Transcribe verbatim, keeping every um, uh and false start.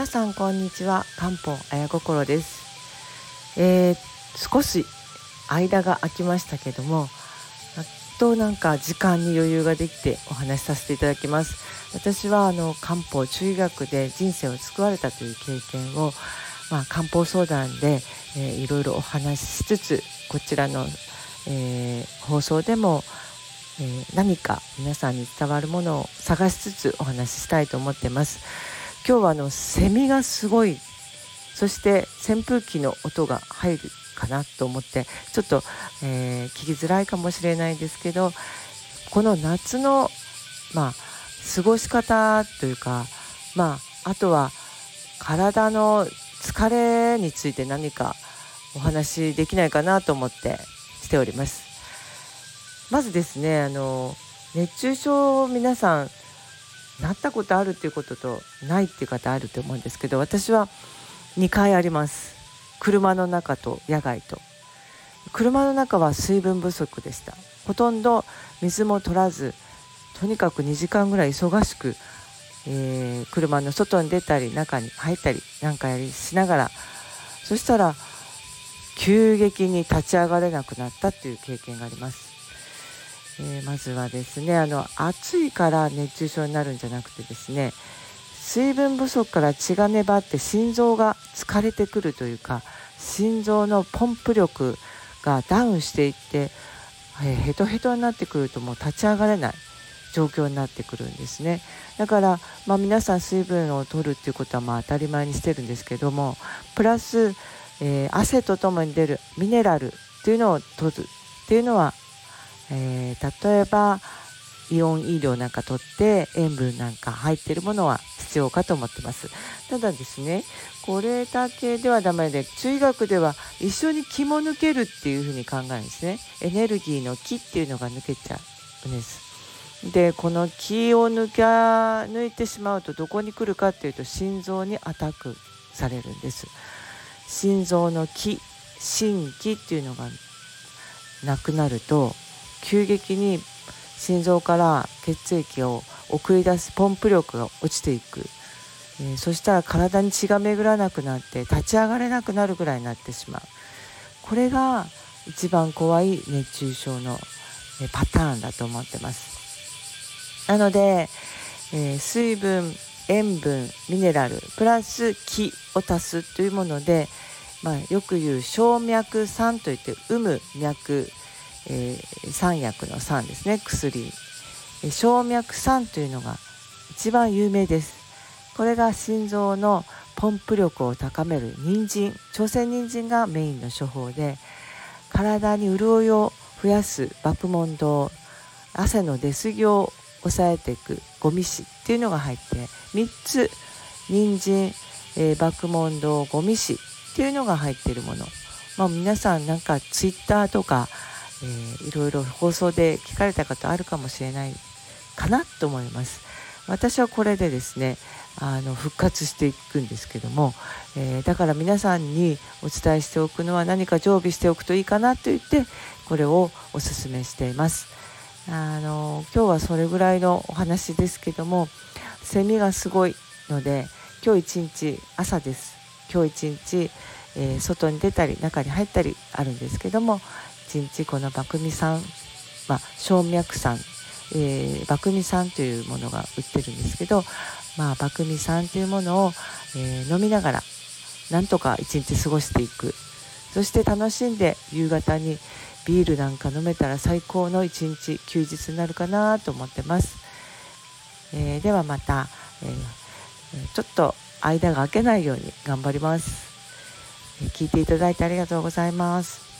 皆さんこんにちは。漢方綾心です。えー、少し間が空きましたけども、やっとなんか時間に余裕ができてお話しさせていただきます。私はあの漢方中医学で人生を救われたという経験を、まあ、漢方相談で、えー、いろいろお話ししつつ、こちらの、えー、放送でも、えー、何か皆さんに伝わるものを探しつつお話ししたいと思ってます。今日はあのセミがすごい、そして扇風機の音が入るかなと思って、ちょっと、えー、聞きづらいかもしれないですけど、この夏の、まあ、過ごし方というか、まあ、あとは体の疲れについて何かお話できないかなと思ってしております。まずですね、あの熱中症、皆さんなったことあるっていうこととないっていう方あると思うんですけど、私はにかいあります。車の中と野外と。車の中は水分不足でした。ほとんど水も取らず、とにかくにじかんぐらい忙しく、えー、車の外に出たり中に入ったりなんかやりしながら、そしたら急激に立ち上がれなくなったっていう経験があります。えー、まずはですね、あの暑いから熱中症になるんじゃなくてですね、水分不足から血が粘って心臓が疲れてくるというか、心臓のポンプ力がダウンしていって、えー、ヘトヘトになってくるともう立ち上がれない状況になってくるんですね。だから、まあ、皆さん水分を取るっていうことはまあ当たり前にしてるんですけども、プラス、えー、汗とともに出るミネラルっていうのを取るっていうのは、えー、例えばイオン飲料なんか取って塩分なんか入っているものは必要かと思ってます。ただですね、これだけではダメで、中医学では一緒に気も抜けるっていうふうに考えるんですね。エネルギーの気っていうのが抜けちゃうんです。で、この気を抜か抜いてしまうとどこに来るかっていうと、心臓にアタックされるんです。心臓の気、心気っていうのがなくなると、急激に心臓から血液を送り出すポンプ力が落ちていく、えー、そしたら体に血が巡らなくなって立ち上がれなくなるぐらいになってしまう。これが一番怖い熱中症の、えー、パターンだと思ってます。なので、えー、水分、塩分、ミネラルプラス気を足すというもので、まあ、よく言う小脈散といって、有無脈、えー、三薬の三ですね、薬、えー、小脈散というのが一番有名です。これが心臓のポンプ力を高める人参、朝鮮人参がメインの処方で、体に潤いを増やす麦門堂、汗の出過ぎを抑えていく五味子っていうのが入って、みっつ人参、えー、麦門堂、五味子っていうのが入っているもの、まあ、皆さんなんかツイッターとかえー、いろいろ放送で聞かれた方あるかもしれないかなと思います。私はこれでですね、あの復活していくんですけども、えー、だから皆さんにお伝えしておくのは、何か常備しておくといいかなと言ってこれをお勧めしています。あの今日はそれぐらいのお話ですけども、セミがすごいので、今日一日朝です。今日一日、えー、外に出たり中に入ったりあるんですけども、一日この麦味酸、まあ、小脈酸、えー、麦味酸というものが売ってるんですけど、まあ、麦味酸というものを、えー、飲みながらなんとか一日過ごしていく。そして楽しんで夕方にビールなんか飲めたら最高の一日休日になるかなと思ってます。えー、ではまた、えー、ちょっと間が空けないように頑張ります。聞いていただいてありがとうございます。